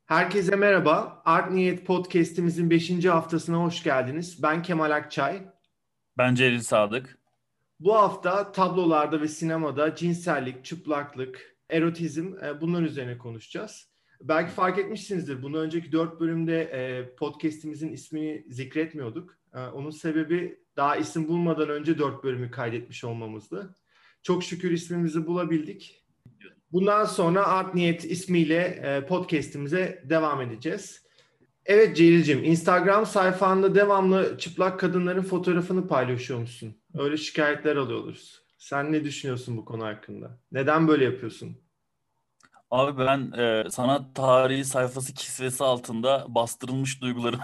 Herkese merhaba. Art Niyet Podcast'imizin beşinci haftasına hoş geldiniz. Ben Kemal Akçay. Ben Celil Sadık. Bu hafta tablolarda ve sinemada cinsellik, çıplaklık, erotizm bunlar üzerine konuşacağız. Belki fark etmişsinizdir. Bundan önceki 4 bölümde podcast'imizin ismini zikretmiyorduk. Onun sebebi daha isim bulmadan önce 4 bölümü kaydetmiş olmamızdı. Çok şükür ismimizi bulabildik. Bundan sonra Art Niyet ismiyle podcast'imize devam edeceğiz. Evet Celil'cim, Instagram sayfanda devamlı çıplak kadınların fotoğrafını paylaşıyormuşsun. Öyle şikayetler alıyoruz. Sen ne düşünüyorsun bu konu hakkında? Neden böyle yapıyorsun? Abi ben sanat tarihi sayfası kisvesi altında bastırılmış duygularım.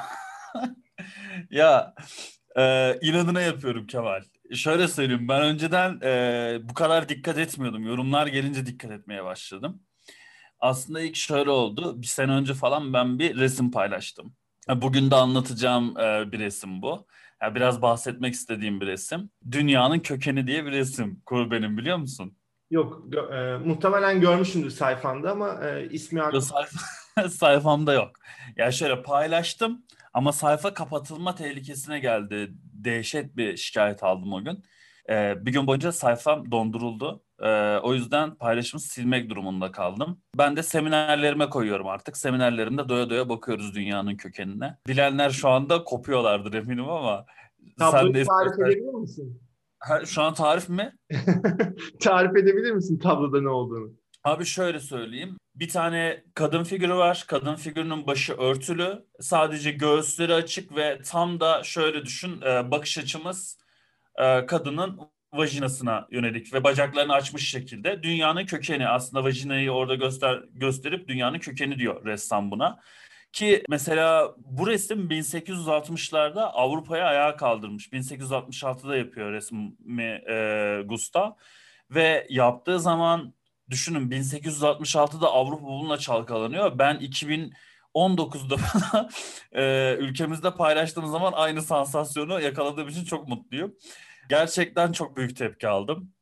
Ya inadına yapıyorum Kemal. Şöyle söyleyeyim, ben önceden bu kadar dikkat etmiyordum. Yorumlar gelince dikkat etmeye başladım. Aslında ilk şöyle oldu. Bir sene önce falan ben bir resim paylaştım. Bugün de anlatacağım bir resim bu. Ya biraz bahsetmek istediğim bir resim. Dünyanın Kökeni diye bir resim. Kuru benim, biliyor musun? Yok, muhtemelen görmüşsündür sayfanda ama ismi Yo, aklıma. sayfamda yok. Ya şöyle paylaştım ama sayfa kapatılma tehlikesine geldi. Dehşet bir şikayet aldım o gün. Bir gün boyunca sayfam donduruldu. O yüzden paylaşımı silmek durumunda kaldım. Ben de seminerlerime koyuyorum artık. Seminerlerimde doya doya bakıyoruz dünyanın kökenine. Bilenler şu anda kopuyorlardır eminim ama sen Tabloyu de tarif istersen... edebilir misin? Şu an tarif mi? Tarif edebilir misin tabloda ne olduğunu? Abi şöyle söyleyeyim. Bir tane kadın figürü var. Kadın figürünün başı örtülü. Sadece göğüsleri açık ve tam da şöyle düşün. Bakış açımız kadının vajinasına yönelik ve bacaklarını açmış şekilde. Dünyanın kökeni, aslında vajinayı orada gösterip dünyanın kökeni diyor ressam buna. Ki mesela bu resim 1860'larda Avrupa'ya ayağa kaldırmış. 1866'da yapıyor resmi Gustav. Ve yaptığı zaman düşünün, 1866'da Avrupa bununla çalkalanıyor. Ben 2019'da falan ülkemizde paylaştığım zaman aynı sansasyonu yakaladığım için çok mutluyum. Gerçekten çok büyük tepki aldım.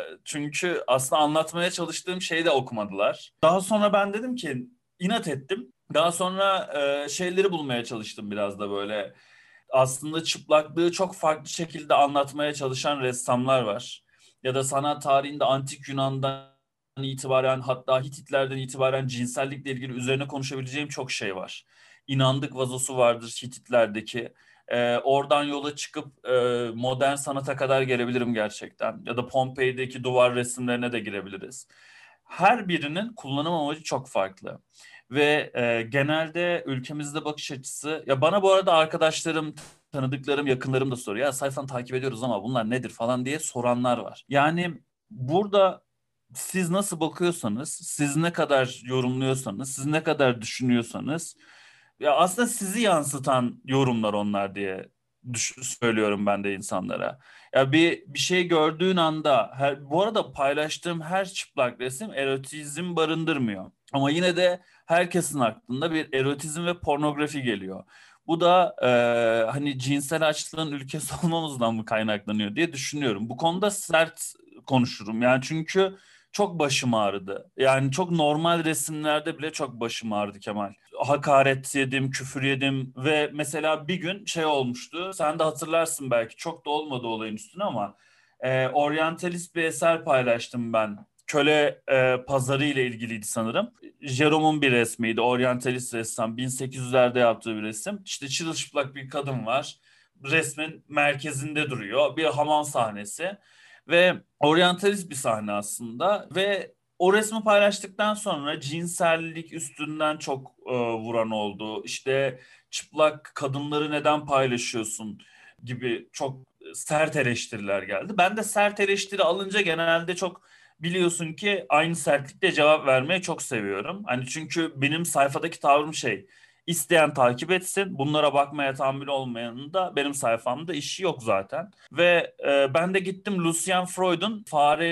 Çünkü aslında anlatmaya çalıştığım şeyi de okumadılar. Daha sonra ben dedim ki, inat ettim. Daha sonra şeyleri bulmaya çalıştım biraz da böyle. Aslında çıplaklığı çok farklı şekilde anlatmaya çalışan ressamlar var. Ya da sanat tarihinde antik Yunan'dan itibaren, hatta Hititlerden itibaren cinsellikle ilgili üzerine konuşabileceğim çok şey var. İnandık vazosu vardır Hititlerdeki. Oradan yola çıkıp modern sanata kadar gelebilirim gerçekten. Ya da Pompei'deki duvar resimlerine de girebiliriz. Her birinin kullanım amacı çok farklı. Ve genelde ülkemizde bakış açısı... Ya bana bu arada arkadaşlarım, tanıdıklarım, yakınlarım da soruyor. Ya sayfanı takip ediyoruz ama bunlar nedir falan diye soranlar var. Yani burada siz nasıl bakıyorsanız, siz ne kadar yorumluyorsanız, siz ne kadar düşünüyorsanız, ya aslında sizi yansıtan yorumlar onlar diye söylüyorum ben de insanlara. Ya bir şey gördüğün anda, bu arada paylaştığım her çıplak resim erotizm barındırmıyor. Ama yine de herkesin aklında bir erotizm ve pornografi geliyor. Bu da hani cinsel açlığın ülkesi olmamızdan mı kaynaklanıyor diye düşünüyorum. Bu konuda sert konuşurum. Yani çünkü çok başım ağrıdı. Yani çok normal resimlerde bile çok başım ağrıdı Kemal. Hakaret yedim, küfür yedim ve mesela bir gün şey olmuştu. Sen de hatırlarsın belki. Çok da olmadı olayın üstüne ama oryantalist bir eser paylaştım ben. Köle pazarı ile ilgiliydi sanırım. Jerome'un bir resmiydi. Oryantalist ressam. 1800'lerde yaptığı bir resim. İşte çırılçıplak bir kadın var. Resmin merkezinde duruyor. Bir hamam sahnesi. Ve oryantalist bir sahne aslında. Ve o resmi paylaştıktan sonra cinsellik üstünden çok vuran oldu. İşte çıplak kadınları neden paylaşıyorsun gibi çok sert eleştiriler geldi. Ben de sert eleştiri alınca genelde çok, biliyorsun ki, aynı sertlikle cevap vermeyi çok seviyorum. Hani çünkü benim sayfadaki tavrım şey: isteyen takip etsin. Bunlara bakmaya tahammülü olmayanın da benim sayfamda işi yok zaten. Ve ben de gittim, Lucian Freud'un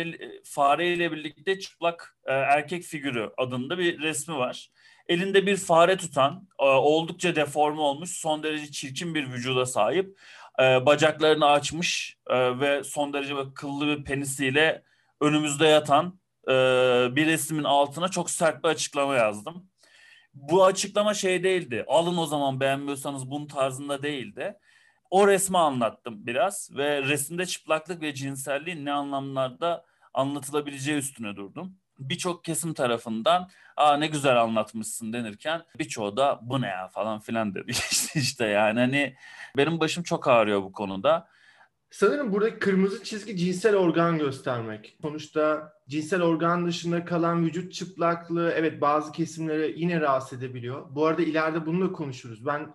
fare ile birlikte çıplak erkek figürü adında bir resmi var. Elinde bir fare tutan, oldukça deforme olmuş, son derece çirkin bir vücuda sahip, bacaklarını açmış ve son derece böyle kıllı bir penisiyle önümüzde yatan bir resmin altına çok sert bir açıklama yazdım. bu açıklama şey değildi. Alın o zaman beğenmiyorsanız bunun tarzında değildi. O resmi anlattım biraz ve resimde çıplaklık ve cinselliğin ne anlamlarda anlatılabileceği üstüne durdum. Birçok kesim tarafından ne güzel anlatmışsın denirken birçoğu da bu ne ya falan filan dedi. İşte yani hani benim başım çok ağrıyor bu konuda. Sanırım buradaki kırmızı çizgi cinsel organ göstermek. Sonuçta cinsel organ dışında kalan vücut çıplaklığı evet bazı kesimleri yine rahatsız edebiliyor. Bu arada ileride bunu da konuşuruz. Ben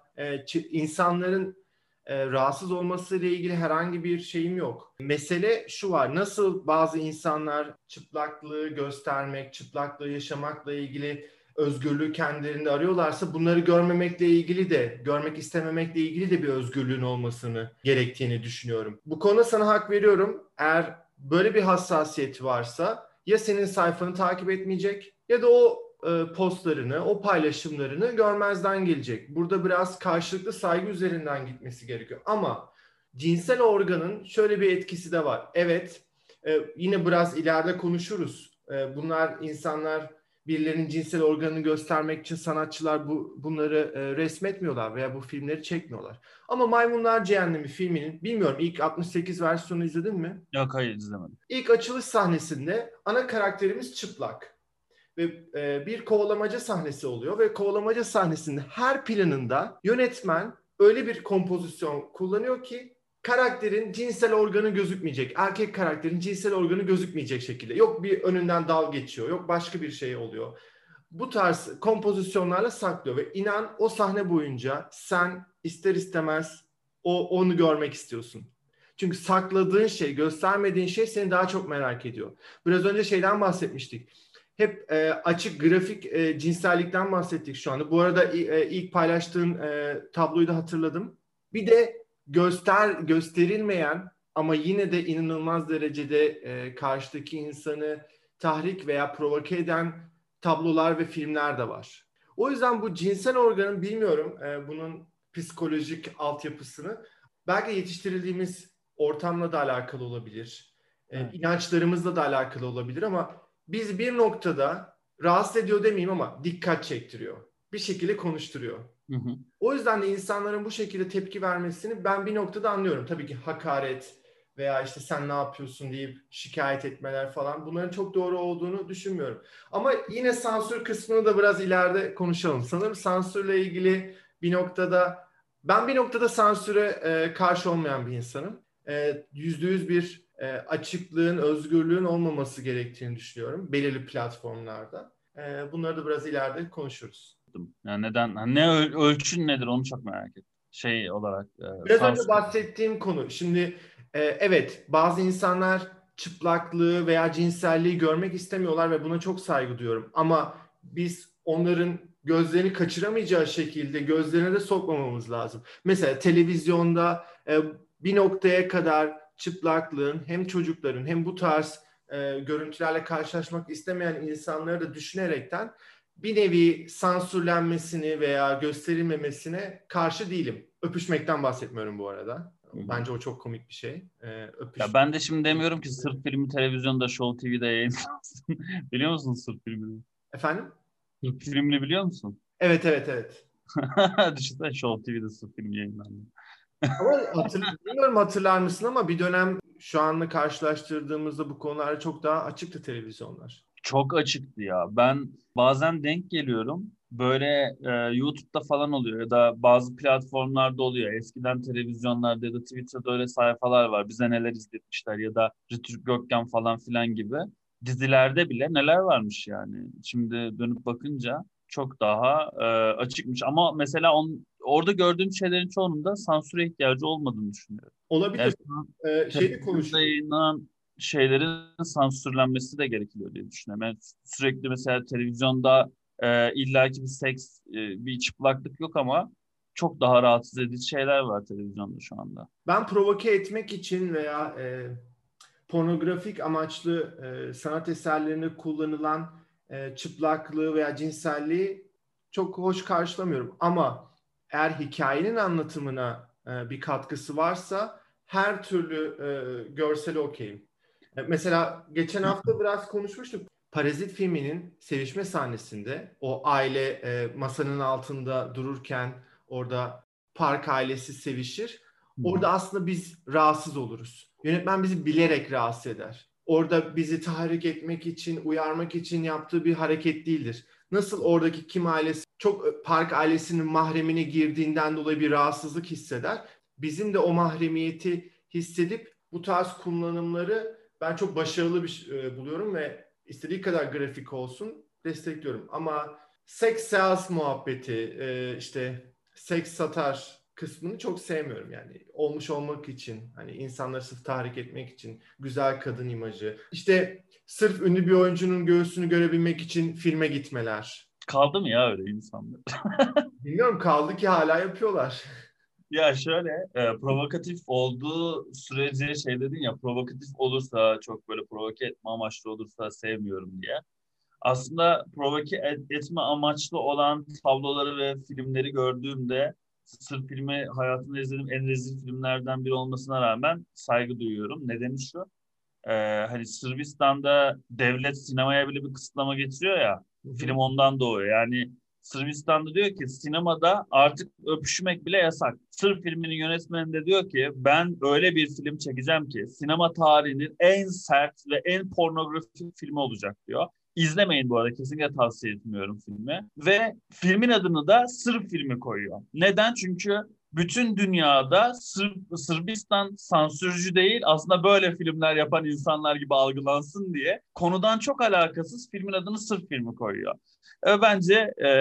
insanların rahatsız olmasıyla ilgili herhangi bir şeyim yok. Mesele şu var. Nasıl bazı insanlar çıplaklığı göstermek, çıplaklığı yaşamakla ilgili özgürlüğü kendilerinde arıyorlarsa bunları görmemekle ilgili de, görmek istememekle ilgili de bir özgürlüğün olmasını gerektiğini düşünüyorum. Bu konuda sana hak veriyorum. Eğer böyle bir hassasiyeti varsa ya senin sayfanı takip etmeyecek ya da o postlarını, o paylaşımlarını görmezden gelecek. Burada biraz karşılıklı saygı üzerinden gitmesi gerekiyor. Ama cinsel organın şöyle bir etkisi de var. Evet, yine biraz ileride konuşuruz. Bunlar insanlar birilerinin cinsel organını göstermek için sanatçılar bunları resmetmiyorlar veya bu filmleri çekmiyorlar. Ama Maymunlar Cehennemi filminin bilmiyorum ilk 68 versiyonu izledin mi? Yok, hayır, izlemedim. İlk açılış sahnesinde ana karakterimiz çıplak ve bir kovalamaca sahnesi oluyor ve kovalamaca sahnesinde her planında yönetmen öyle bir kompozisyon kullanıyor ki karakterin cinsel organı gözükmeyecek. Erkek karakterin cinsel organı gözükmeyecek şekilde. Yok bir önünden dal geçiyor, yok başka bir şey oluyor. Bu tarz kompozisyonlarla saklıyor ve inan o sahne boyunca sen ister istemez onu görmek istiyorsun. Çünkü sakladığın şey, göstermediğin şey seni daha çok merak ediyor. Biraz önce şeyden bahsetmiştik. Hep açık grafik cinsellikten bahsettik şu anda. Bu arada ilk paylaştığın tabloyu da hatırladım. Bir de gösterilmeyen ama yine de inanılmaz derecede karşıdaki insanı tahrik veya provoke eden tablolar ve filmler de var. O yüzden bu cinsel organın bilmiyorum bunun psikolojik altyapısını belki yetiştirildiğimiz ortamla da alakalı olabilir. Evet. İnançlarımızla da alakalı olabilir ama biz bir noktada rahatsız ediyor demeyeyim ama dikkat çektiriyor. Bir şekilde konuşturuyor. Hı hı. O yüzden de insanların bu şekilde tepki vermesini ben bir noktada anlıyorum. Tabii ki hakaret veya işte sen ne yapıyorsun deyip şikayet etmeler falan bunların çok doğru olduğunu düşünmüyorum. Ama yine sansür kısmını da biraz ileride konuşalım. Sanırım sansürle ilgili bir noktada ben bir noktada sansüre karşı olmayan bir insanım. %100 bir açıklığın, özgürlüğün olmaması gerektiğini düşünüyorum belirli platformlarda. Bunları da biraz ileride konuşuruz. Yani neden? Hani ölçün nedir onu çok merak ettim. Şey olarak Biraz önce sansür. bahsettiğim konu. Şimdi evet bazı insanlar çıplaklığı veya cinselliği görmek istemiyorlar ve buna çok saygı duyuyorum. Ama biz onların gözlerini kaçıramayacağı şekilde gözlerine de sokmamamız lazım. Mesela televizyonda bir noktaya kadar çıplaklığın hem çocukların hem bu tarz görüntülerle karşılaşmak istemeyen insanları da düşünerekten bir nevi sansürlenmesini veya gösterilmemesine karşı değilim. Öpüşmekten bahsetmiyorum bu arada. Hı hı. Bence o çok komik bir şey. Ya ben de şimdi demiyorum ki sırf filmi televizyonda Show TV'de yayınlansın. Biliyor musun sırf filmini? Efendim? Sırf filmini biliyor musun? Evet, evet, evet. Düşünsene Show TV'de sırf film yayınlandı. Ama bilmiyorum hatırlar mısın ama bir dönem şu anla karşılaştırdığımızda bu konularda çok daha açıktı televizyonlar. Çok açıktı ya. Ben bazen denk geliyorum. Böyle YouTube'da falan oluyor ya da bazı platformlarda oluyor. Eskiden televizyonlarda ya da Twitter'da öyle sayfalar var. Bize neler izletmişler ya da Rütük Gökkan falan filan gibi. Dizilerde bile neler varmış yani. Şimdi dönüp bakınca çok daha açıkmış. Ama mesela orada gördüğüm şeylerin çoğunun da sansüre ihtiyacı olmadığını düşünüyorum. Yani Olabilir. şu an Şeyde televizyonda konuştuk. yayınlanan şeylerin sansürlenmesi de gerekiyor diye düşünüyorum. Yani sürekli mesela televizyonda illaki bir seks, bir çıplaklık yok ama çok daha rahatsız edici şeyler var televizyonda şu anda. Ben provoke etmek için veya pornografik amaçlı sanat eserlerinde kullanılan çıplaklığı veya cinselliği çok hoş karşılamıyorum. Ama eğer hikayenin anlatımına bir katkısı varsa her türlü görseli okeyim. Mesela geçen hafta biraz konuşmuştuk. Parazit filminin sevişme sahnesinde o aile masanın altında dururken orada Park ailesi sevişir. Orada aslında biz rahatsız oluruz. Yönetmen bizi bilerek rahatsız eder. Orada bizi tahrik etmek için, uyarmak için yaptığı bir hareket değildir. Nasıl oradaki Kim ailesi çok Park ailesinin mahremine girdiğinden dolayı bir rahatsızlık hisseder. Bizim de o mahremiyeti hissedip bu tarz kullanımları ben çok başarılı buluyorum ve istediği kadar grafik olsun destekliyorum. Ama seks seans muhabbeti, işte seks satar kısmını çok sevmiyorum yani. Olmuş olmak için, hani insanları sırf tahrik etmek için, güzel kadın imajı. İşte sırf ünlü bir oyuncunun göğsünü görebilmek için filme gitmeler. Kaldı mı ya öyle insanlar? Bilmiyorum, kaldı ki hala yapıyorlar. Ya şöyle, provokatif olduğu sürece şey dedin ya, provokatif olursa, çok böyle provoke etme amaçlı olursa sevmiyorum diye. Aslında etme amaçlı olan tabloları ve filmleri gördüğümde, sırf filmi hayatımda izlediğim en rezil filmlerden biri olmasına rağmen saygı duyuyorum. Nedeni şu, e, hani Sırbistan'da devlet sinemaya bile bir kısıtlama getiriyor ya, Hı hı. film ondan doğuyor. Yani Sırbistan'da diyor ki sinemada artık öpüşmek bile yasak. Sırp filminin yönetmeni de diyor ki ben öyle bir film çekeceğim ki sinema tarihinin en sert ve en pornografik filmi olacak diyor. İzlemeyin bu arada, kesinlikle tavsiye etmiyorum filmi. Ve filmin adını da Sırp filmi koyuyor. Neden? Çünkü bütün dünyada Sırbistan sansürcü değil, aslında böyle filmler yapan insanlar gibi algılansın diye konudan çok alakasız filmin adını Sırp filmi koyuyor. Bence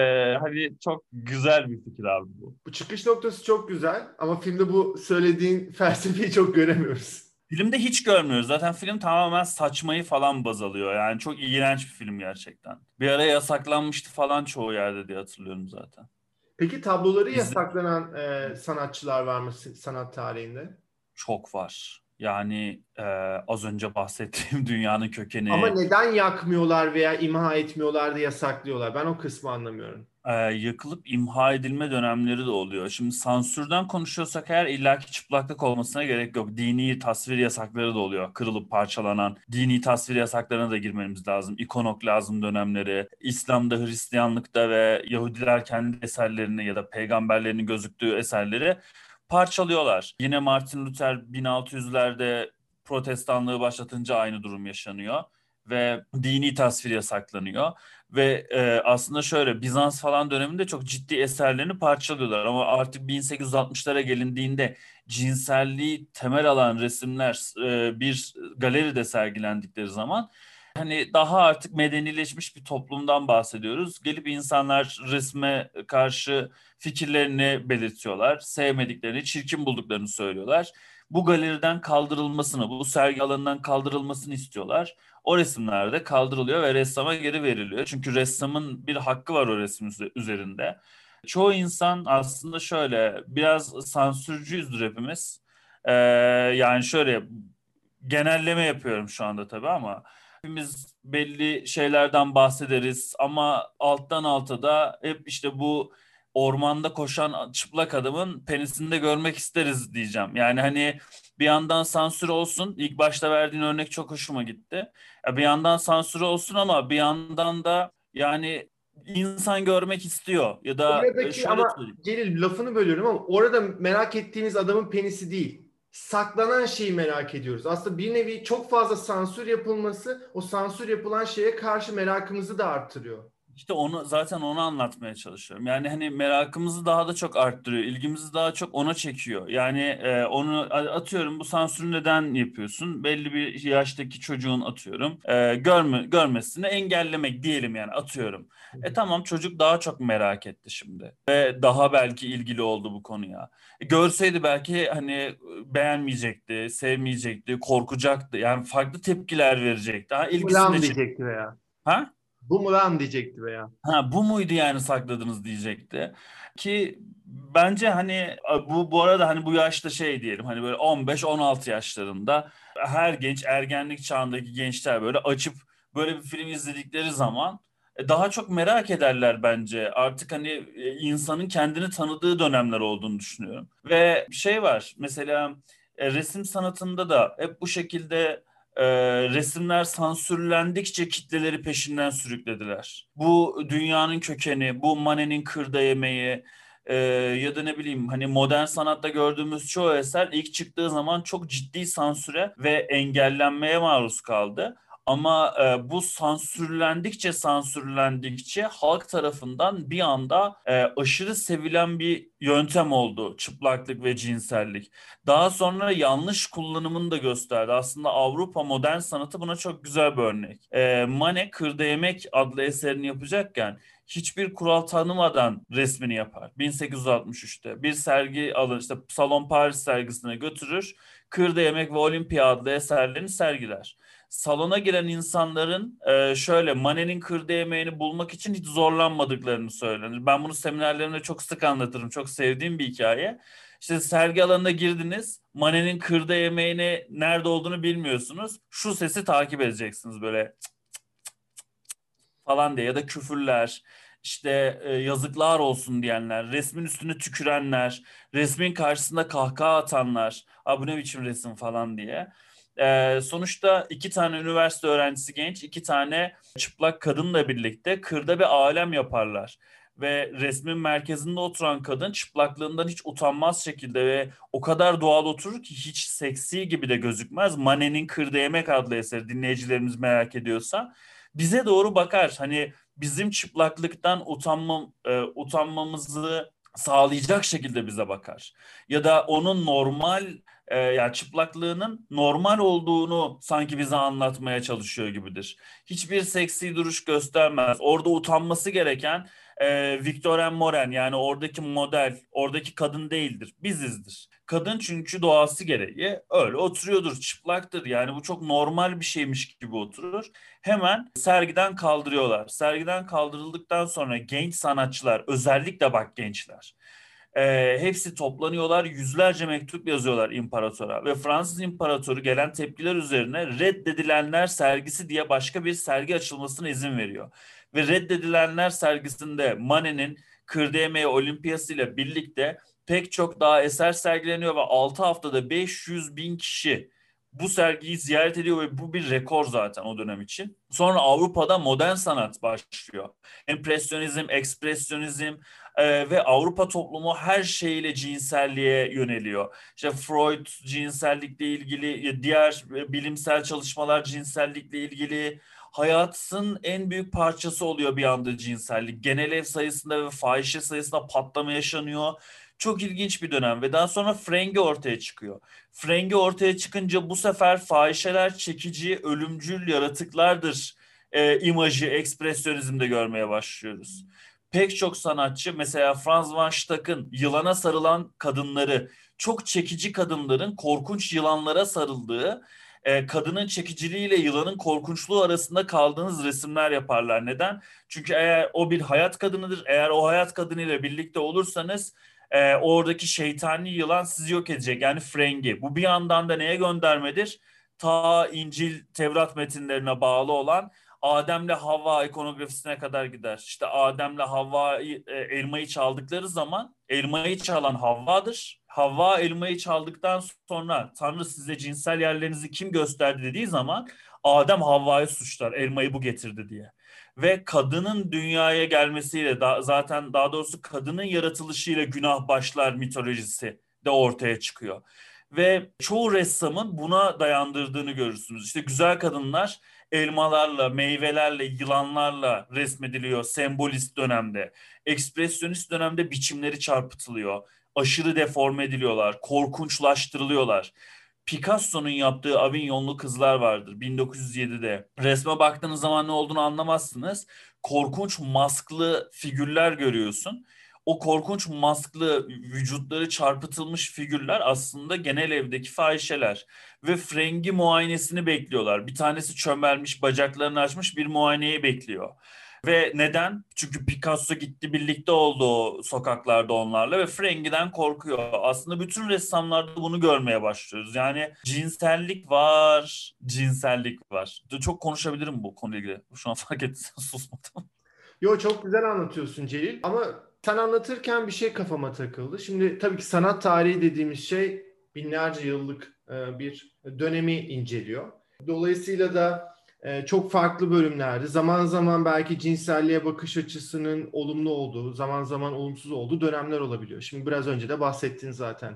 hani çok güzel bir fikir abi bu. Bu çıkış noktası çok güzel ama filmde bu söylediğin felsefeyi çok göremiyoruz. Filmde hiç görmüyoruz. Zaten film tamamen saçmayı falan baz alıyor. Yani çok iğrenç bir film gerçekten. Bir ara yasaklanmıştı falan çoğu yerde diye hatırlıyorum zaten. Peki tabloları İzle yasaklanan sanatçılar var mı sanat tarihinde? Çok var. Yani az önce bahsettiğim Dünyanın Ama Kökeni, neden yakmıyorlar veya imha etmiyorlar da yasaklıyorlar? Ben o kısmı anlamıyorum. yakılıp imha edilme dönemleri de oluyor. Şimdi sansürden konuşuyorsak eğer illaki çıplaklık olmasına gerek yok. Dini tasvir yasakları da oluyor. Kırılıp parçalanan dini tasvir yasaklarına da girmemiz lazım. İkonoklazm dönemleri, İslam'da, Hristiyanlıkta ve Yahudiler kendi eserlerini ya da peygamberlerinin gözüktüğü eserleri parçalıyorlar. Yine Martin Luther 1600'lerde protestanlığı başlatınca aynı durum yaşanıyor ve dini tasvir yasaklanıyor. Ve aslında şöyle Bizans falan döneminde çok ciddi eserlerini parçalıyorlar ama artık 1860'lara gelindiğinde cinselliği temel alan resimler bir galeride sergilendikleri zaman hani daha artık medenileşmiş bir toplumdan bahsediyoruz. Gelip insanlar resme karşı fikirlerini belirtiyorlar, sevmediklerini, çirkin bulduklarını söylüyorlar. Bu galeriden kaldırılmasını, bu sergi alanından kaldırılmasını istiyorlar. O resimler de kaldırılıyor ve ressama geri veriliyor. Çünkü ressamın bir hakkı var o resim üzerinde. Çoğu insan aslında şöyle biraz sansürcüyüzdür hepimiz. Yani şöyle genelleme yapıyorum şu anda tabii ama hepimiz belli şeylerden bahsederiz ama alttan alta da hep işte bu ormanda koşan çıplak adamın penisini de görmek isteriz diyeceğim. Yani hani bir yandan sansür olsun. İlk başta verdiğin örnek çok hoşuma gitti. Ya bir yandan sansür olsun ama bir yandan da yani insan görmek istiyor. Ya da Oradaki şöyle ama söyleyeyim. Celil, lafını bölüyorum ama orada merak ettiğimiz adamın penisi değil. Saklanan şeyi merak ediyoruz. Aslında bir nevi çok fazla sansür yapılması o sansür yapılan şeye karşı merakımızı da arttırıyor. İşte onu anlatmaya çalışıyorum. Yani hani merakımızı daha da çok arttırıyor, ilgimizi daha çok ona çekiyor. Yani onu atıyorum, bu sansürü neden yapıyorsun? Belli bir yaştaki çocuğun atıyorum görmesini engellemek diyelim, yani atıyorum. Tamam, çocuk daha çok merak etti şimdi ve daha belki ilgili oldu bu konuya. Görseydi belki hani beğenmeyecekti, sevmeyecekti, korkacaktı. Yani farklı tepkiler verecekti. Ha, Bu mu ilgisini de lan çek. diyecekti veya. Ha? Bu mu lan diyecekti veya. Ha, bu muydu yani sakladınız diyecekti. Ki bence hani bu arada hani bu yaşta şey diyelim, hani böyle 15-16 yaşlarında her genç ergenlik çağındaki gençler böyle açıp böyle bir film izledikleri zaman daha çok merak ederler bence. Artık hani insanın kendini tanıdığı dönemler olduğunu düşünüyorum. Ve şey var mesela resim sanatında da hep bu şekilde resimler sansürlendikçe kitleleri peşinden sürüklediler. Bu dünyanın kökeni, bu Manet'in kırda yemeği ya da ne bileyim hani modern sanatta gördüğümüz çoğu eser ilk çıktığı zaman çok ciddi sansüre ve engellenmeye maruz kaldı. Ama bu sansürlendikçe halk tarafından bir anda aşırı sevilen bir yöntem oldu çıplaklık ve cinsellik. Daha sonra yanlış kullanımını da gösterdi. Aslında Avrupa modern sanatı buna çok güzel bir örnek. Manet Kırda Yemek adlı eserini yapacakken hiçbir kural tanımadan resmini yapar. 1863'te bir sergi alır, işte Salon Paris sergisine götürür. Kırda Yemek ve Olimpiya adlı eserlerini sergiler. Salona giren insanların şöyle Manet'in Kırda Yemeğini bulmak için hiç zorlanmadıklarını söylenir. Ben bunu seminerlerimde çok sık anlatırım. Çok sevdiğim bir hikaye. İşte sergi alanına girdiniz. Manet'in Kırda Yemeğini nerede olduğunu bilmiyorsunuz. Şu sesi takip edeceksiniz böyle falan diye, ya da küfürler, işte yazıklar olsun diyenler, resmin üstüne tükürenler, resmin karşısında kahkaha atanlar, bu ne biçim resim falan diye. Sonuçta iki tane üniversite öğrencisi genç, iki tane çıplak kadınla birlikte kırda bir alem yaparlar. Ve resmin merkezinde oturan kadın çıplaklığından hiç utanmaz şekilde ve o kadar doğal oturur ki hiç seksi gibi de gözükmez. Manet'in Kırda Yemek adlı eseri, dinleyicilerimiz merak ediyorsa bize doğru bakar. Hani bizim çıplaklıktan utanmamızı sağlayacak şekilde bize bakar. Ya da onun normal yani çıplaklığının normal olduğunu sanki bize anlatmaya çalışıyor gibidir. Hiçbir seksi duruş göstermez. Orada utanması gereken Victor Moren, yani oradaki model, oradaki kadın değildir. Bizizdir. Kadın çünkü doğası gereği öyle oturuyordur, çıplaktır. Yani bu çok normal bir şeymiş gibi oturur. Hemen sergiden kaldırıyorlar. Sergiden kaldırıldıktan sonra genç sanatçılar, özellikle bak gençler, hepsi toplanıyorlar, yüzlerce mektup yazıyorlar imparatora ve Fransız imparatoru gelen tepkiler üzerine reddedilenler sergisi diye başka bir sergi açılmasına izin veriyor. Ve reddedilenler sergisinde Manet'in Kırda Yemeği Olimpiyası ile birlikte pek çok daha eser sergileniyor ve 6 haftada 500 bin kişi bu sergiyi ziyaret ediyor ve bu bir rekor zaten o dönem için. Sonra Avrupa'da modern sanat başlıyor. Empresyonizm, ekspresyonizm, ve Avrupa toplumu her şeyle cinselliğe yöneliyor. İşte Freud cinsellikle ilgili, diğer bilimsel çalışmalar cinsellikle ilgili. Hayatın en büyük parçası oluyor bir anda cinsellik. Genel ev sayısında ve fahişe sayısında patlama yaşanıyor. Çok ilginç bir dönem ve daha sonra Frengi ortaya çıkıyor. Frengi ortaya çıkınca bu sefer fahişeler çekici, ölümcül yaratıklardır imajı ekspresyonizmde görmeye başlıyoruz. Pek çok sanatçı, mesela Franz van Stack'ın yılana sarılan kadınları, çok çekici kadınların korkunç yılanlara sarıldığı, kadının çekiciliğiyle yılanın korkunçluğu arasında kaldığınız resimler yaparlar. Neden? Çünkü eğer o bir hayat kadınıdır, eğer o hayat kadınıyla birlikte olursanız oradaki şeytani yılan sizi yok edecek. Yani frengi. Bu bir yandan da neye göndermedir? Ta İncil, Tevrat metinlerine bağlı olan Adem'le Havva ikonografisine kadar gider. İşte Adem'le Havva elmayı çaldıkları zaman elmayı çalan Havva'dır. Havva elmayı çaldıktan sonra Tanrı size cinsel yerlerinizi kim gösterdi dediği zaman Adem Havva'yı suçlar. Elmayı bu getirdi diye. Ve kadının dünyaya gelmesiyle zaten daha doğrusu kadının yaratılışıyla günah başlar mitolojisi de ortaya çıkıyor. Ve çoğu ressamın buna dayandırdığını görürsünüz. İşte güzel kadınlar elmalarla, meyvelerle, yılanlarla resmediliyor sembolist dönemde. Ekspresyonist dönemde biçimleri çarpıtılıyor. Aşırı deforme ediliyorlar, korkunçlaştırılıyorlar. Picasso'nun yaptığı Avignonlu Kızlar vardır 1907'de. Resme baktığınız zaman ne olduğunu anlamazsınız. Korkunç masklı figürler görüyorsun. O korkunç masklı vücutları çarpıtılmış figürler aslında genel evdeki fahişeler. Ve frengi muayenesini bekliyorlar. Bir tanesi çömelmiş, bacaklarını açmış, bir muayeneyi bekliyor. Ve neden? Çünkü Picasso gitti, birlikte oldu o sokaklarda onlarla ve Frengi'den korkuyor. Aslında bütün ressamlarda bunu görmeye başlıyoruz. Yani cinsellik var, cinsellik var. Çok konuşabilirim bu konuyla ilgili. Şu an fark ettiysen susmadım. Yo, çok güzel anlatıyorsun Celil, ama sen anlatırken bir şey kafama takıldı. Şimdi tabii ki sanat tarihi dediğimiz şey binlerce yıllık bir dönemi inceliyor. Dolayısıyla da çok farklı bölümlerdi. Zaman zaman belki cinselliğe bakış açısının olumlu olduğu, zaman zaman olumsuz olduğu dönemler olabiliyor. Şimdi biraz önce de bahsettin zaten.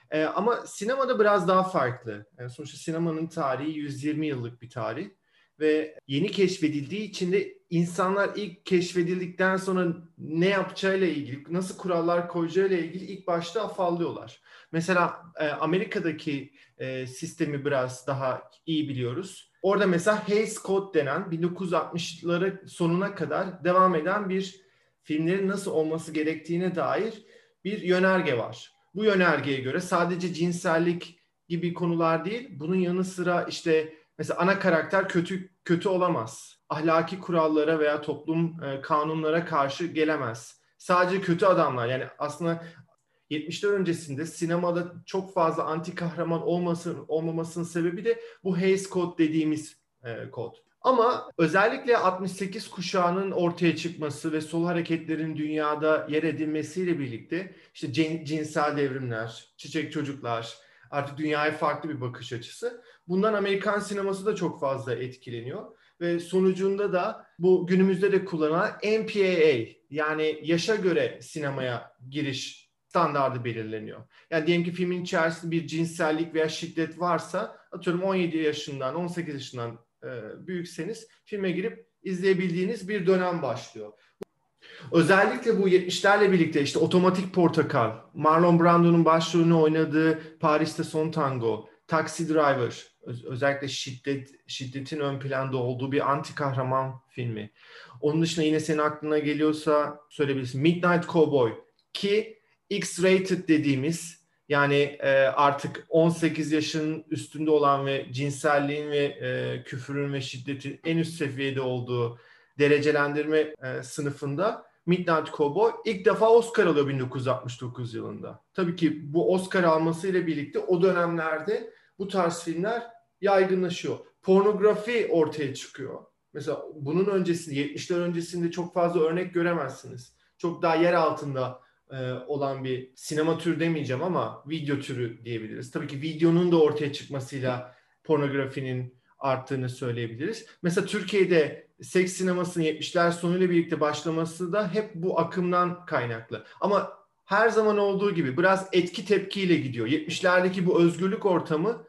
Ama sinemada biraz daha farklı. Sonuçta sinemanın tarihi 120 yıllık bir tarih ve yeni keşfedildiği için de insanlar ilk keşfedildikten sonra ne yapacağıyla ilgili, nasıl kurallar koyacağıyla ilgili ilk başta afallıyorlar. Mesela Amerika'daki sistemi biraz daha iyi biliyoruz. Orada mesela Hays Code denen 1960'ları sonuna kadar devam eden bir filmlerin nasıl olması gerektiğine dair bir yönerge var. Bu yönergeye göre sadece cinsellik gibi konular değil, bunun yanı sıra işte mesela ana karakter kötü olamaz. Ahlaki kurallara veya toplum kanunlara karşı gelemez. Sadece kötü adamlar, yani aslında 70'ler öncesinde sinemada çok fazla anti kahraman olmamasının sebebi de bu Hays Code dediğimiz kod. Ama özellikle 68 kuşağının ortaya çıkması ve sol hareketlerin dünyada yer edinmesiyle birlikte işte cinsel devrimler, çiçek çocuklar, artık dünyaya farklı bir bakış açısı. Bundan Amerikan sineması da çok fazla etkileniyor ve sonucunda da bu günümüzde de kullanılan MPAA, yani yaşa göre sinemaya giriş standardı belirleniyor. Yani diyelim ki filmin içerisinde bir cinsellik veya şiddet varsa, atıyorum 17 yaşından 18 yaşından büyükseniz filme girip izleyebildiğiniz bir dönem başlıyor. Özellikle bu 70'lerle birlikte işte Otomatik Portakal, Marlon Brando'nun başrolünü oynadığı Paris'te Son Tango, Taxi Driver, özellikle şiddetin ön planda olduğu bir anti kahraman filmi. Onun dışında yine senin aklına geliyorsa söyleyebilirsin. Midnight Cowboy, ki X-rated dediğimiz, yani artık 18 yaşın üstünde olan ve cinselliğin ve küfürün ve şiddetin en üst seviyede olduğu derecelendirme sınıfında Midnight Cowboy ilk defa Oscar alıyor 1969 yılında. Tabii ki bu Oscar almasıyla birlikte o dönemlerde bu tarz filmler yaygınlaşıyor. Pornografi ortaya çıkıyor. Mesela bunun öncesinde, 70'ler öncesinde çok fazla örnek göremezsiniz. Çok daha yer altında olan bir sinema türü demeyeceğim ama video türü diyebiliriz. Tabii ki videonun da ortaya çıkmasıyla pornografinin arttığını söyleyebiliriz. Mesela Türkiye'de seks sinemasının 70'ler sonuyla birlikte başlaması da hep bu akımdan kaynaklı. Ama her zaman olduğu gibi biraz etki tepkiyle gidiyor. 70'lerdeki bu özgürlük ortamı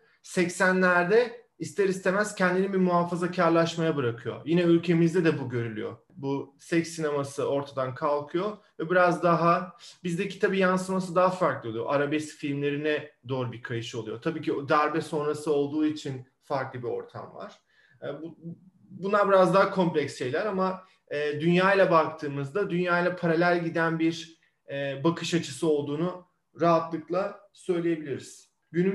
80'lerde ister istemez kendini bir muhafazakarlaşmaya bırakıyor. Yine ülkemizde de bu görülüyor. Bu seks sineması ortadan kalkıyor ve biraz daha bizdeki tabii yansıması daha farklı oluyor. Arabesk filmlerine doğru bir kayış oluyor. Tabii ki darbe sonrası olduğu için farklı bir ortam var. Bunlar biraz daha kompleks şeyler ama dünyayla baktığımızda dünyayla paralel giden bir bakış açısı olduğunu rahatlıkla söyleyebiliriz.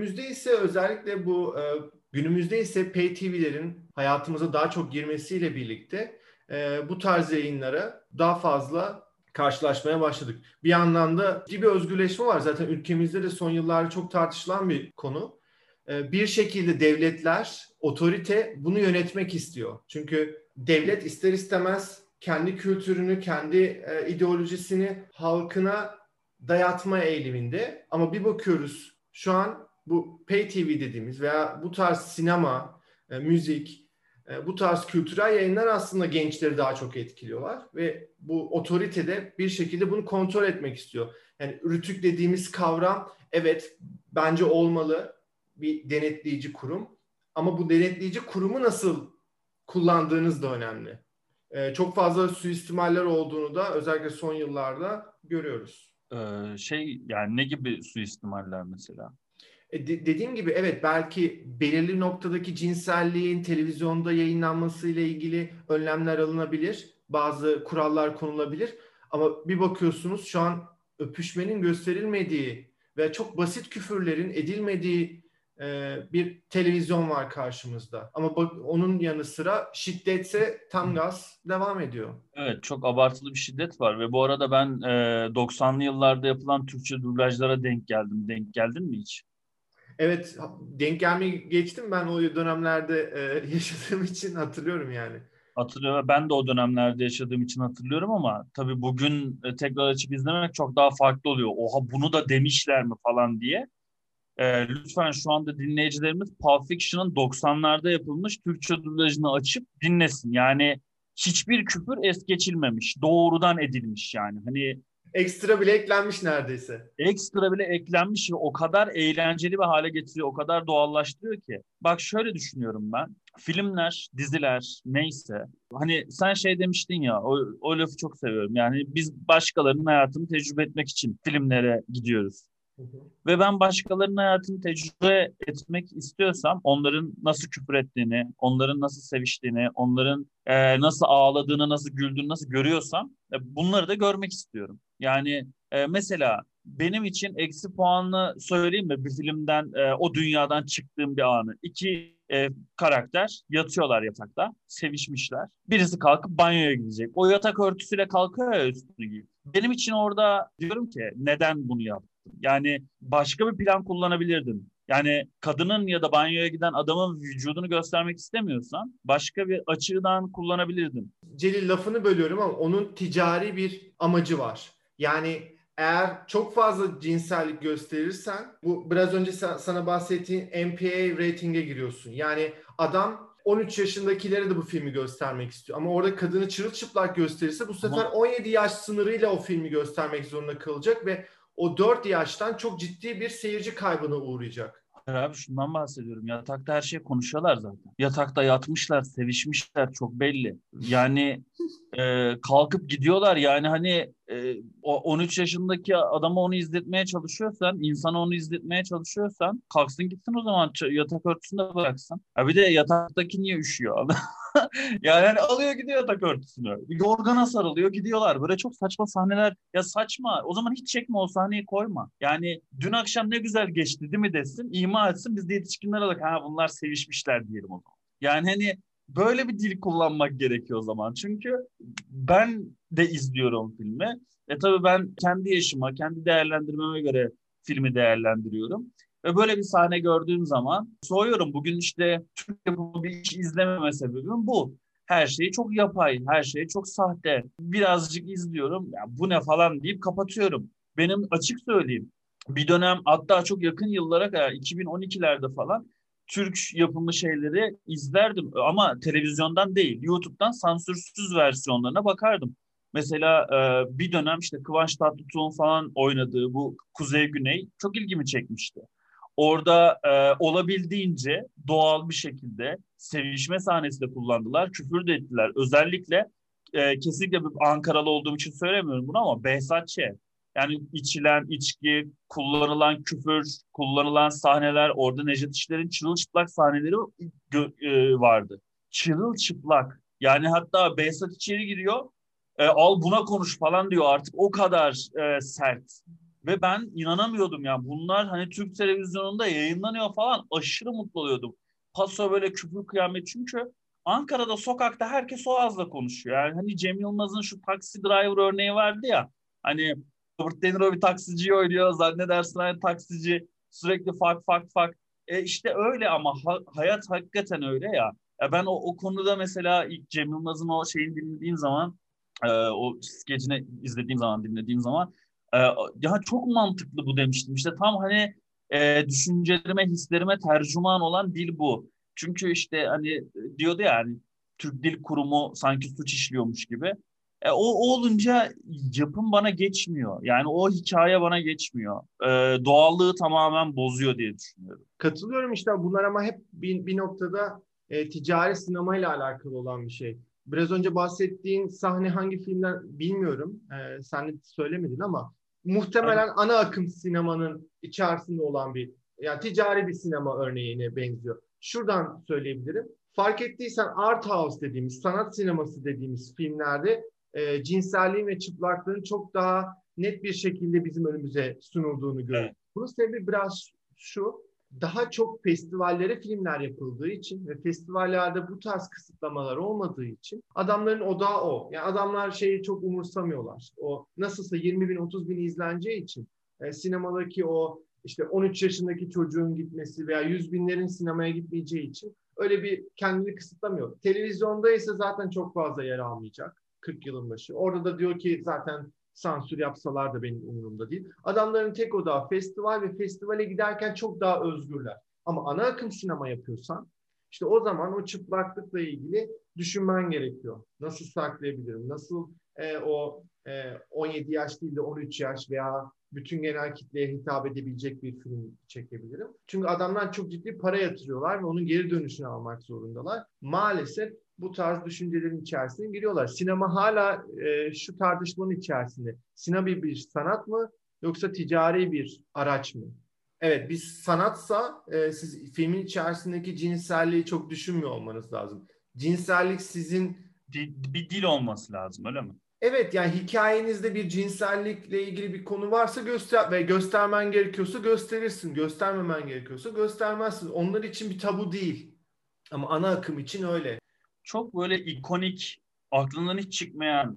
Günümüzde ise Pay TV'lerin hayatımıza daha çok girmesiyle birlikte bu tarz yayınlara daha fazla karşılaşmaya başladık. Bir yandan da ciddi bir özgürleşme var. Zaten ülkemizde de son yıllarda çok tartışılan bir konu. Bir şekilde devletler, otorite bunu yönetmek istiyor. Çünkü devlet ister istemez kendi kültürünü, kendi ideolojisini halkına dayatma eğiliminde. Ama bir bakıyoruz şu an bu Pay TV dediğimiz veya bu tarz sinema, müzik, bu tarz kültürel yayınlar aslında gençleri daha çok etkiliyorlar ve bu otorite de bir şekilde bunu kontrol etmek istiyor. Yani rütük dediğimiz kavram, evet, bence olmalı bir denetleyici kurum, ama bu denetleyici kurumu nasıl kullandığınız da önemli. Çok fazla suistimaller olduğunu da özellikle son yıllarda görüyoruz. Yani ne gibi suistimaller mesela? Dediğim gibi evet, belki belirli noktadaki cinselliğin televizyonda yayınlanmasıyla ilgili önlemler alınabilir. Bazı kurallar konulabilir. Ama bir bakıyorsunuz şu an öpüşmenin gösterilmediği ve çok basit küfürlerin edilmediği bir televizyon var karşımızda. Ama onun yanı sıra şiddetse tam gaz devam ediyor. Evet, çok abartılı bir şiddet var ve bu arada ben 90'lı yıllarda yapılan Türkçe dublajlara denk geldim. Denk geldin mi hiç? Evet, denk gelmeyi geçtim, ben o dönemlerde yaşadığım için hatırlıyorum yani. Hatırlıyorum. Ben de o dönemlerde yaşadığım için hatırlıyorum ama tabii bugün tekrar açıp izlemek çok daha farklı oluyor. Oha, bunu da demişler mi falan diye. Lütfen şu anda dinleyicilerimiz Pulp Fiction'ın 90'larda yapılmış Türkçe dublajını açıp dinlesin. Yani hiçbir küfür es geçilmemiş. Doğrudan edilmiş yani. Hani Ekstra bile eklenmiş neredeyse. ekstra bile eklenmiş ve o kadar eğlenceli bir hale getiriyor, o kadar doğallaştırıyor ki. Bak şöyle düşünüyorum ben. Filmler, diziler neyse. Hani sen şey demiştin ya, o lafı çok seviyorum. Yani biz başkalarının hayatını tecrübe etmek için filmlere gidiyoruz. Hı hı. Ve ben başkalarının hayatını tecrübe etmek istiyorsam onların nasıl küfür ettiğini, onların nasıl seviştiğini, onların nasıl ağladığını, nasıl güldüğünü nasıl görüyorsam bunları da görmek istiyorum. Yani mesela benim için eksi puanlı söyleyeyim mi bir filmden o dünyadan çıktığım bir anı. İki karakter yatıyorlar yatakta, sevişmişler. Birisi kalkıp banyoya gidecek. O yatak örtüsüyle kalkıyor ya üstünü giyip. Benim için orada diyorum ki neden bunu yaptın? Yani başka bir plan kullanabilirdin. Yani kadının ya da banyoya giden adamın vücudunu göstermek istemiyorsan başka bir açıdan kullanabilirdin. Celil, lafını bölüyorum ama onun ticari bir amacı var. Yani eğer çok fazla cinsellik gösterirsen, bu biraz önce sana bahsettiğim MPA rating'e giriyorsun. Yani adam 13 yaşındakilere de bu filmi göstermek istiyor. Ama orada kadını çırılçıplak gösterirse bu sefer Ama 17 yaş sınırıyla o filmi göstermek zorunda kalacak ve o 4 yaştan çok ciddi bir seyirci kaybına uğrayacak. hayır abi şundan bahsediyorum. Yatakta her şeyi konuşuyorlar zaten. Yatakta yatmışlar, sevişmişler çok belli. Yani kalkıp gidiyorlar. Yani hani o 13 yaşındaki adama onu izletmeye çalışıyorsan, insana onu izletmeye çalışıyorsan kalksın gitsin o zaman yatak örtüsünü de bıraksın. Ha bir de yataktaki niye üşüyor? Yani hani alıyor gidiyor yatak örtüsünü. Yorgana sarılıyor gidiyorlar. Böyle çok saçma sahneler. Ya saçma. O zaman hiç çekme o sahneyi koyma. Yani dün akşam ne güzel geçti değil mi desin. İma etsin. Biz de yetişkinler olarak ha bunlar sevişmişler diyelim o zaman. Yani hani böyle bir dil kullanmak gerekiyor o zaman. Çünkü ben de izliyorum filmi. Tabii ben kendi yaşıma, kendi değerlendirmeme göre filmi değerlendiriyorum. Ve böyle bir sahne gördüğüm zaman soğuyorum. Bugün işte Türk yapımı bir iş izlememe sebebim bu. Her şey çok yapay, her şey çok sahte. Birazcık izliyorum, ya bu ne falan deyip kapatıyorum. Benim açık söyleyeyim. Bir dönem hatta çok yakın yıllara kadar 2012'lerde falan Türk yapımı şeyleri izlerdim. Ama televizyondan değil, YouTube'dan sansürsüz versiyonlarına bakardım. Mesela bir dönem işte Kıvanç Tatlıtuğ'un falan oynadığı bu Kuzey Güney çok ilgimi çekmişti. Orada olabildiğince doğal bir şekilde sevişme sahnesi de kullandılar. Küfür de ettiler. Özellikle kesinlikle bir Ankaralı olduğum için söylemiyorum bunu ama Behzat Ç. Yani içilen içki, kullanılan küfür, kullanılan sahneler, orada Necdet İşler'in çırılçıplak sahneleri vardı. Çırılçıplak. Yani hatta Behzat içeri giriyor, al buna konuş falan diyor artık o kadar sert. Ve ben inanamıyordum ya. Bunlar hani Türk televizyonunda yayınlanıyor falan. Aşırı mutlu oluyordum. Paso böyle küfür kıyamet. Çünkü Ankara'da sokakta herkes o ağızla konuşuyor. Yani hani Cem Yılmaz'ın şu taksi driver örneği vardı ya. Hani Robert De Niro bir taksiciyi oynuyor. Zannedersin hani taksici sürekli fak fak fak. İşte öyle ama hayat hakikaten öyle ya. Ben o konuda mesela ilk Cem Yılmaz'ın o şeyini dinlediğim zaman o skecini izlediğim zaman dinlediğim zaman e, ya çok mantıklı bu demiştim. İşte tam hani düşüncelerime, hislerime tercüman olan dil bu. Çünkü işte hani diyordu ya hani Türk Dil Kurumu sanki suç işliyormuş gibi. O olunca yapım bana geçmiyor. Yani o hikaye bana geçmiyor. Doğallığı tamamen bozuyor diye düşünüyorum. Katılıyorum, işte bunlar ama hep bir noktada ticari sinemayla alakalı olan bir şey. Biraz önce bahsettiğin sahne hangi filmden bilmiyorum. Sen de söylemedin ama Aynen. muhtemelen ana akım sinemanın içerisinde olan bir, yani ticari bir sinema örneğine benziyor. Şuradan söyleyebilirim. Fark ettiysen art house dediğimiz, sanat sineması dediğimiz filmlerde cinselliğin ve çıplaklığın çok daha net bir şekilde bizim önümüze sunulduğunu görüyoruz. Evet. Bunun sebebi biraz şu: daha çok festivallere filmler yapıldığı için ve festivallerde bu tarz kısıtlamalar olmadığı için adamların odağı o. Yani adamlar şeyi çok umursamıyorlar. O nasılsa 20 bin 30 bin izleneceği için sinemadaki o işte 13 yaşındaki çocuğun gitmesi veya 100 binlerin sinemaya gitmeyeceği için öyle bir kendini kısıtlamıyor. Televizyonda ise zaten çok fazla yer almayacak 40 yılın başı. Orada da diyor ki zaten Sansür yapsalar da benim umurumda değil. Adamların tek odağı festival ve festivale giderken çok daha özgürler. Ama ana akım sinema yapıyorsan işte o zaman o çıplaklıkla ilgili düşünmen gerekiyor. Nasıl saklayabilirim? Nasıl 17 yaş değil de 13 yaş veya bütün genel kitleye hitap edebilecek bir film çekebilirim. Çünkü adamlar çok ciddi para yatırıyorlar ve onun geri dönüşünü almak zorundalar. Maalesef bu tarz düşüncelerin içerisine giriyorlar. Sinema hala şu tartışmanın içerisinde. Sinema bir sanat mı yoksa ticari bir araç mı? Evet, bir sanatsa siz filmin içerisindeki cinselliği çok düşünmüyor olmanız lazım. Cinsellik sizin... Bir dil olması lazım, öyle mi? Evet, yani hikayenizde bir cinsellikle ilgili bir konu varsa göstermen gerekiyorsa gösterirsin. Göstermemen gerekiyorsa göstermezsin. Onlar için bir tabu değil. Ama ana akım için öyle. Çok böyle ikonik, aklından hiç çıkmayan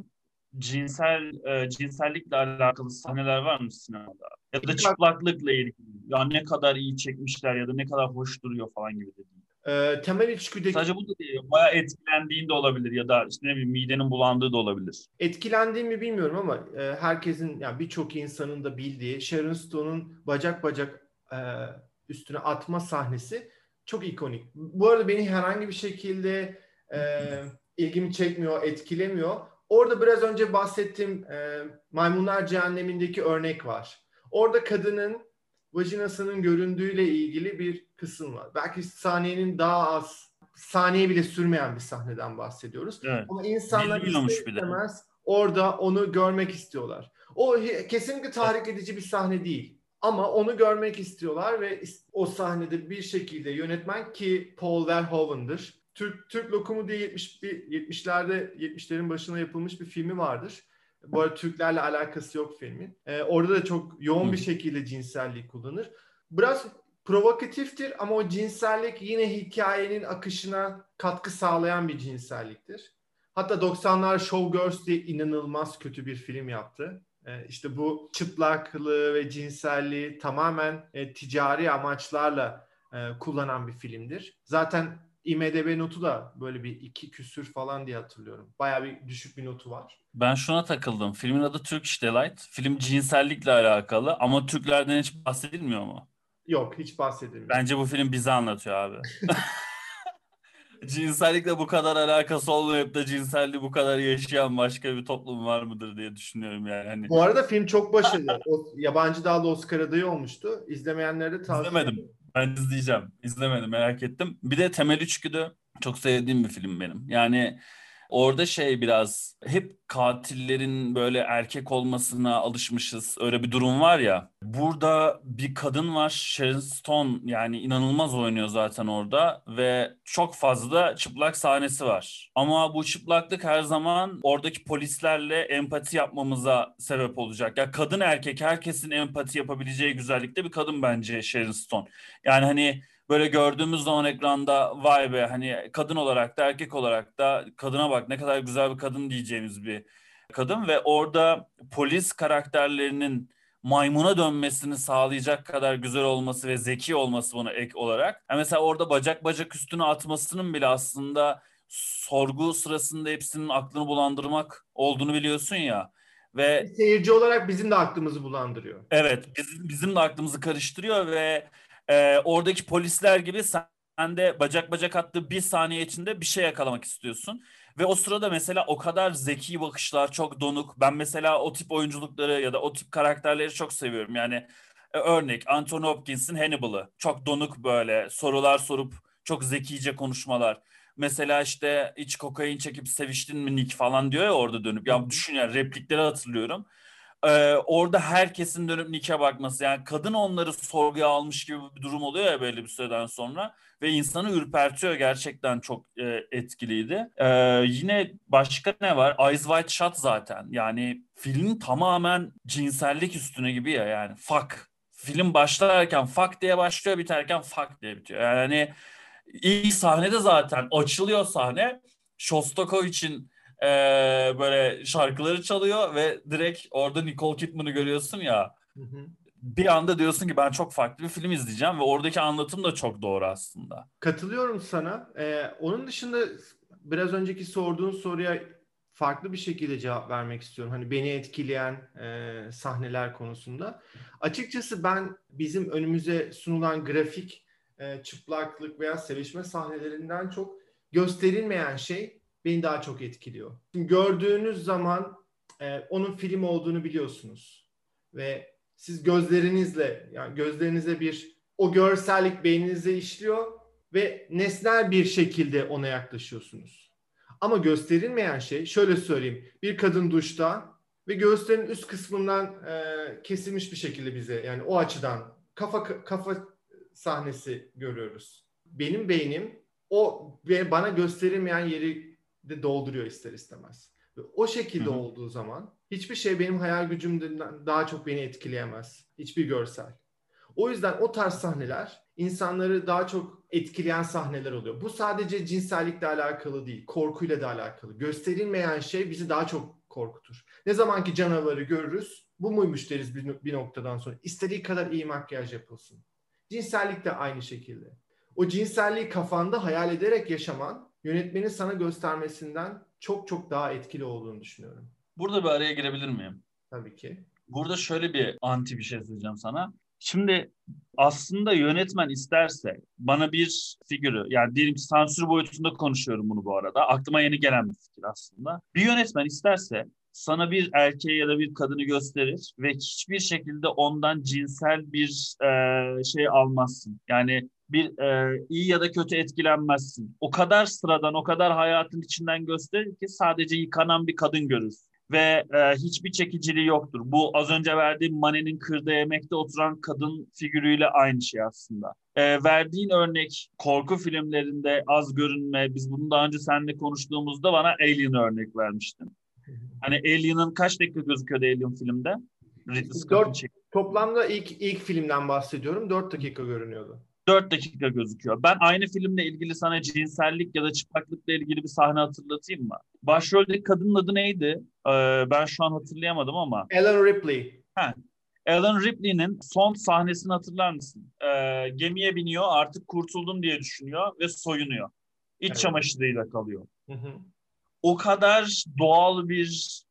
cinsellikle alakalı sahneler var mı sinemada? Ya da çıplaklıkla ilgili. Ya ne kadar iyi çekmişler ya da ne kadar hoş duruyor falan gibi dediğim. Temel içgüdeki... Sadece bu da değil. Bayağı etkilendiğin de olabilir ya da işte ne bileyim midenin bulandığı da olabilir. Etkilendiğimi bilmiyorum ama herkesin, yani birçok insanın da bildiği Sharon Stone'un bacak bacak üstüne atma sahnesi çok ikonik. Bu arada beni herhangi bir şekilde ilgimi çekmiyor, etkilemiyor. Orada biraz önce bahsettiğim Maymunlar Cehennemi'ndeki örnek var. Orada kadının vajinasının göründüğüyle ilgili bir kısım var. Belki saniyenin daha az, saniye bile sürmeyen bir sahneden bahsediyoruz. Evet. Ama insanlar Bilmiyormuş bir de. istemez orada onu görmek istiyorlar. O kesinlikle tahrik edici bir sahne değil. Ama onu görmek istiyorlar ve o sahnede bir şekilde yönetmen, ki Paul Verhoeven'dır. Türk Lokumu diye 70'lerin başına yapılmış bir filmi vardır. Bu arada Türklerle alakası yok filmin. Orada da çok yoğun bir şekilde cinselliği kullanır. Biraz provokatiftir ama o cinsellik yine hikayenin akışına katkı sağlayan bir cinselliktir. Hatta 90'lar Showgirls diye inanılmaz kötü bir film yaptı. İşte bu çıplaklığı ve cinselliği tamamen ticari amaçlarla kullanan bir filmdir. Zaten IMDb notu da böyle bir 2 küsür falan diye hatırlıyorum. Bayağı bir düşük bir notu var. Ben şuna takıldım. Filmin adı Turkish Delight. Film cinsellikle alakalı ama Türklerden hiç bahsedilmiyor mu? Yok, hiç bahsedilmiyor. Bence bu film bize anlatıyor abi. Cinsellikle bu kadar alakası olmayıp da cinselliği bu kadar yaşayan başka bir toplum var mıdır diye düşünüyorum yani. Hani Bu arada film çok başarılı. O, yabancı dalda Oscar adayı olmuştu. İzlemeyenlere de tavsiye izlemedim. ederim. Ben izleyeceğim. İzlemedim, merak ettim. Bir de Temel Üçgüdü çok sevdiğim bir film benim. Yani orada şey biraz hep katillerin böyle erkek olmasına alışmışız. Öyle bir durum var ya. Burada bir kadın var, Sharon Stone, yani inanılmaz oynuyor zaten orada ve çok fazla çıplak sahnesi var. Ama bu çıplaklık her zaman oradaki polislerle empati yapmamıza sebep olacak. Ya kadın erkek herkesin empati yapabileceği güzellikte bir kadın bence Sharon Stone. Yani hani böyle gördüğümüz zaman ekranda vay be, hani kadın olarak da erkek olarak da kadına bak ne kadar güzel bir kadın diyeceğimiz bir kadın ve orada polis karakterlerinin maymuna dönmesini sağlayacak kadar güzel olması ve zeki olması buna ek olarak. Yani mesela orada bacak bacak üstüne atmasının bile aslında sorgu sırasında hepsinin aklını bulandırmak olduğunu biliyorsun ya. Ve Seyirci olarak bizim de aklımızı bulandırıyor. evet, bizim de aklımızı karıştırıyor ve oradaki polisler gibi sen de bacak bacak attığı bir saniye içinde bir şey yakalamak istiyorsun. Ve o sırada mesela o kadar zeki bakışlar, çok donuk. Ben mesela o tip oyunculukları ya da o tip karakterleri çok seviyorum. Yani örnek Anthony Hopkins'in Hannibal'ı. Çok donuk, böyle sorular sorup çok zekice konuşmalar. Mesela işte hiç kokain çekip seviştin mi Nick falan diyor ya orada dönüp. Ya düşün, yani replikleri hatırlıyorum. Orada herkesin dönüp Nick'e bakması, yani kadın onları sorguya almış gibi bir durum oluyor ya belli bir süreden sonra ve insanı ürpertiyor, gerçekten çok etkiliydi. Yine başka ne var? Eyes Wide Shut zaten, yani film tamamen cinsellik üstüne gibi ya, yani fuck. Film başlarken fuck diye başlıyor, biterken fuck diye bitiyor. Yani ilk sahnede zaten açılıyor sahne. Shostakovich'in böyle şarkıları çalıyor ve direkt orada Nicole Kidman'ı görüyorsun ya. Hı hı. Bir anda diyorsun ki ben çok farklı bir film izleyeceğim ve oradaki anlatım da çok doğru aslında. Katılıyorum sana. Onun dışında biraz önceki sorduğun soruya farklı bir şekilde cevap vermek istiyorum. Hani beni etkileyen sahneler konusunda. Açıkçası ben bizim önümüze sunulan grafik çıplaklık veya sevişme sahnelerinden çok gösterilmeyen şey beni daha çok etkiliyor. Şimdi gördüğünüz zaman onun film olduğunu biliyorsunuz ve siz gözlerinizle, yani gözlerinize bir o görsellik beyninize işliyor ve nesnel bir şekilde ona yaklaşıyorsunuz. Ama gösterilmeyen şey, şöyle söyleyeyim, bir kadın duşta ve göğüslerin üst kısmından kesilmiş bir şekilde bize, yani o açıdan kafa sahnesi görüyoruz. Benim beynim o ve bana gösterilmeyen yeri de dolduruyor ister istemez. Ve o şekilde olduğu zaman hiçbir şey benim hayal gücümden daha çok beni etkileyemez. Hiçbir görsel. O yüzden o tarz sahneler insanları daha çok etkileyen sahneler oluyor. Bu sadece cinsellikle alakalı değil, korkuyla da alakalı. Gösterilmeyen şey bizi daha çok korkutur. Ne zaman ki canavarı görürüz, bu muymuş deriz bir noktadan sonra. İstediği kadar iyi makyaj yapılsın. Cinsellik de aynı şekilde. O cinselliği kafanda hayal ederek yaşaman, yönetmenin sana göstermesinden çok çok daha etkili olduğunu düşünüyorum. Burada bir araya girebilir miyim? Tabii ki. Burada şöyle bir anti bir şey söyleyeceğim sana. Şimdi aslında yönetmen isterse bana bir figürü, yani diyelim ki sansür boyutunda konuşuyorum bunu bu arada. Aklıma yeni gelen bir fikir aslında. Bir yönetmen isterse sana bir erkeği ya da bir kadını gösterir ve hiçbir şekilde ondan cinsel bir şey almazsın. Yani bir iyi ya da kötü etkilenmezsin. O kadar sıradan, o kadar hayatın içinden gösterir ki sadece yıkanan bir kadın görürsün. Ve hiçbir çekiciliği yoktur. Bu az önce verdiğim Manet'in Kırda Yemek'te oturan kadın figürüyle aynı şey aslında. Verdiğin örnek korku filmlerinde az görünme, biz bunu daha önce seninle konuştuğumuzda bana Alien örnek vermiştin. Hani Alien'ın kaç dakika gözüküyordu Alien filmde? Ridley Scott'un çektiği. Toplamda ilk filmden bahsediyorum. 4 dakika görünüyordu. 4 dakika gözüküyor. Ben aynı filmle ilgili sana cinsellik ya da çıplaklıkla ilgili bir sahne hatırlatayım mı? Başroldeki kadının adı neydi? Ben şu an hatırlayamadım ama. Ellen Ripley. Ha, Ellen Ripley'nin son sahnesini hatırlar mısın? Gemiye biniyor, artık kurtuldum diye düşünüyor ve soyunuyor. İç çamaşırıyla kalıyor. Hı hı. O kadar doğal bir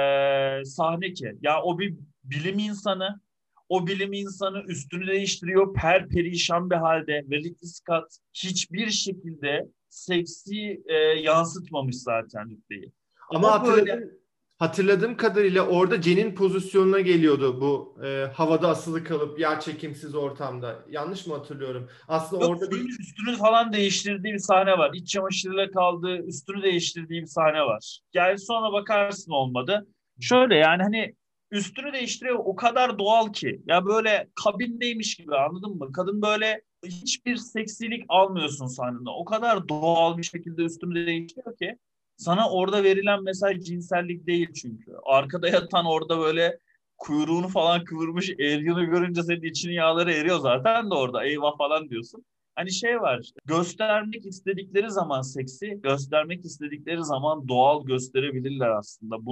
sahne ki. Ya o bir bilim insanı. O bilim insanı üstünü değiştiriyor perperişan bir halde ve Ridley Scott hiçbir şekilde seksi yansıtmamış zaten Ripley'i. Ama O böyle hatırladığım kadarıyla orada Cen'in pozisyonuna geliyordu bu havada asılı kalıp yer çekimsiz ortamda. Yanlış mı hatırlıyorum? Aslında yok, orada bir üstünü falan değiştirdiği bir sahne var. İç çamaşırıyla kaldığı, üstünü değiştirdiği bir sahne var. Yani sonra bakarsın olmadı. Şöyle yani hani üstünü değiştiriyor o kadar doğal ki. Ya böyle kabindeymiş gibi, anladın mı? Kadın böyle hiçbir seksilik almıyorsun sahnede. O kadar doğal bir şekilde üstünü değiştiriyor ki sana orada verilen mesaj cinsellik değil çünkü. Arkada yatan orada böyle kuyruğunu falan kıvırmış Alien'ı görünce senin için yağları eriyor zaten de orada. Eyvah falan diyorsun. Hani şey var, göstermek istedikleri zaman seksi, göstermek istedikleri zaman doğal gösterebilirler aslında.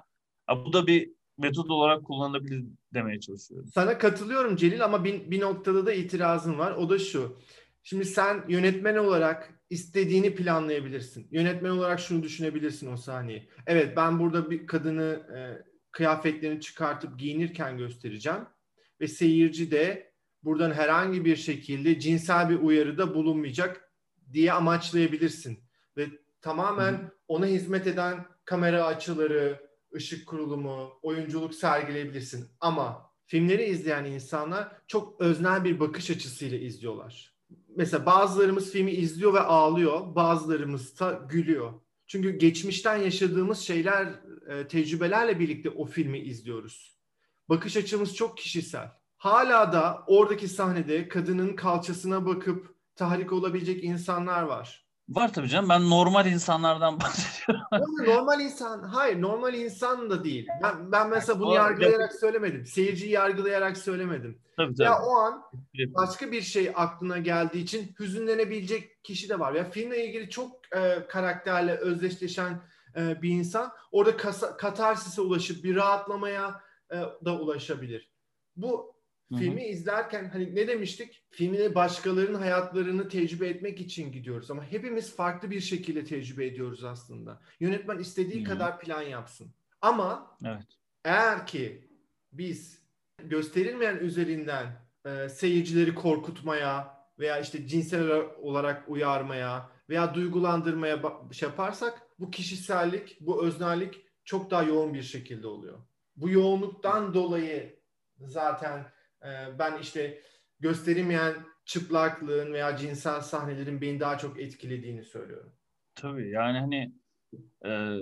Bu da bir metot olarak kullanılabilir demeye çalışıyorum. sana katılıyorum Celil ama bir noktada da itirazım var. O da şu. Şimdi sen yönetmen olarak istediğini planlayabilirsin. Yönetmen olarak şunu düşünebilirsin o sahneyi. Evet, ben burada bir kadını kıyafetlerini çıkartıp giyinirken göstereceğim. Ve seyirci de buradan herhangi bir şekilde cinsel bir uyarıda bulunmayacak diye amaçlayabilirsin. Ve tamamen ona hizmet eden kamera açıları, ışık kurulumu, oyunculuk sergileyebilirsin. Ama filmleri izleyen insanlar çok öznel bir bakış açısıyla izliyorlar. Mesela bazılarımız filmi izliyor ve ağlıyor, bazılarımız da gülüyor. Çünkü geçmişten yaşadığımız şeyler, tecrübelerle birlikte o filmi izliyoruz. Bakış açımız çok kişisel. Hala da oradaki sahnede kadının kalçasına bakıp tahrik olabilecek insanlar var. Var tabii canım. Ben normal insanlardan bahsediyorum. Normal insan, hayır normal insan da değil. Ben mesela bunu O yargılayarak söylemedim. Seyirciyi yargılayarak söylemedim. tabii Ya tabii. o an başka bir şey aklına geldiği için hüzünlenebilecek kişi de var. Ya filmle ilgili çok karakterle özdeşleşen bir insan orada katarsise ulaşıp bir rahatlamaya da ulaşabilir. Bu Hı hı. Filmi izlerken hani ne demiştik? Filmine başkalarının hayatlarını tecrübe etmek için gidiyoruz ama hepimiz farklı bir şekilde tecrübe ediyoruz aslında. Yönetmen Hı istediği hı. kadar plan yapsın. Ama Evet. eğer ki biz gösterilmeyen üzerinden seyircileri korkutmaya veya işte cinsel olarak uyarmaya veya duygulandırmaya şey yaparsak bu kişisellik, bu öznellik çok daha yoğun bir şekilde oluyor. Bu yoğunluktan dolayı zaten ben işte gösterilmeyen çıplaklığın veya cinsel sahnelerin beni daha çok etkilediğini söylüyorum. Tabii yani hani e,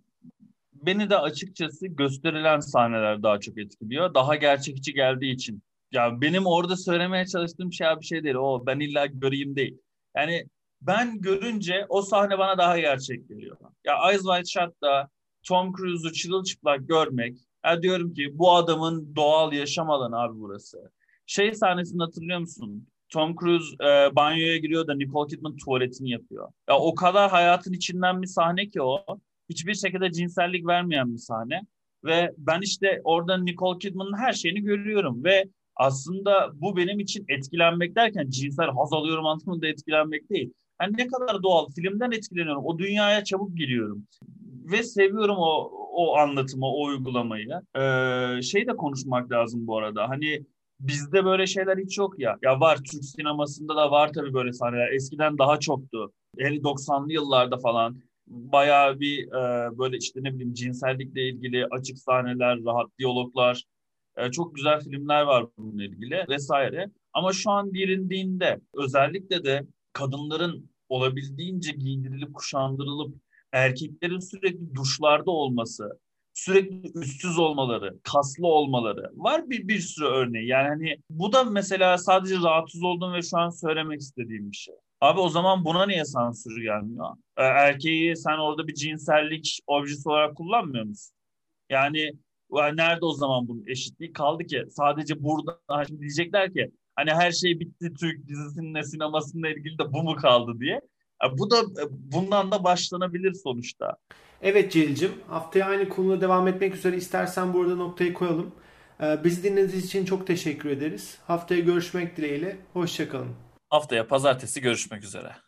beni de açıkçası gösterilen sahneler daha çok etkiliyor. Daha gerçekçi geldiği için. Ya benim orada söylemeye çalıştığım şey bir şey değil. O ben illa göreyim değil. Yani ben görünce o sahne bana daha gerçek geliyor. Ya Eyes Wide Shut'ta Tom Cruise'u çırılçıplak görmek. Ya diyorum ki bu adamın doğal yaşam alanı abi burası. Şey sahnesini hatırlıyor musun? Tom Cruise banyoya giriyor da Nicole Kidman tuvaletini yapıyor. Ya o kadar hayatın içinden bir sahne ki o. Hiçbir şekilde cinsellik vermeyen bir sahne. Ve ben işte orada Nicole Kidman'ın her şeyini görüyorum. Ve aslında bu benim için etkilenmek derken cinsel haz alıyorum anlamında etkilenmek değil. Yani ne kadar doğal. Filmden etkileniyorum. O dünyaya çabuk giriyorum. Ve seviyorum o anlatımı, o uygulamayı. Şey de konuşmak lazım bu arada. Hani bizde böyle şeyler hiç yok ya. Ya var, Türk sinemasında da var tabii böyle sahneler. Eskiden daha çoktu. 50-90'lı yıllarda falan bayağı bir böyle işte ne bileyim cinsellikle ilgili açık sahneler, rahat diyaloglar, çok güzel filmler var bununla ilgili vesaire. Ama şu an girildiğinde özellikle de kadınların olabildiğince giydirilip kuşandırılıp erkeklerin sürekli duşlarda olması, sürekli üstsüz olmaları, kaslı olmaları var bir sürü örneği. Yani hani bu da mesela sadece rahatsız olduğum ve şu an söylemek istediğim bir şey. Abi o zaman buna niye sansür gelmiyor? Erkeği sen orada bir cinsellik objesi olarak kullanmıyor musun? Yani nerede o zaman bunun eşitliği kaldı ki? Sadece burada şimdi diyecekler ki hani her şey bitti Türk dizisinin sinemasıyla ilgili de bu mu kaldı diye. Bu da bundan da başlanabilir sonuçta. Evet Celil'cim, haftaya aynı konuda devam etmek üzere istersen burada noktayı koyalım. Bizi dinlediğiniz için çok teşekkür ederiz. Haftaya görüşmek dileğiyle, hoşça kalın. Haftaya pazartesi görüşmek üzere.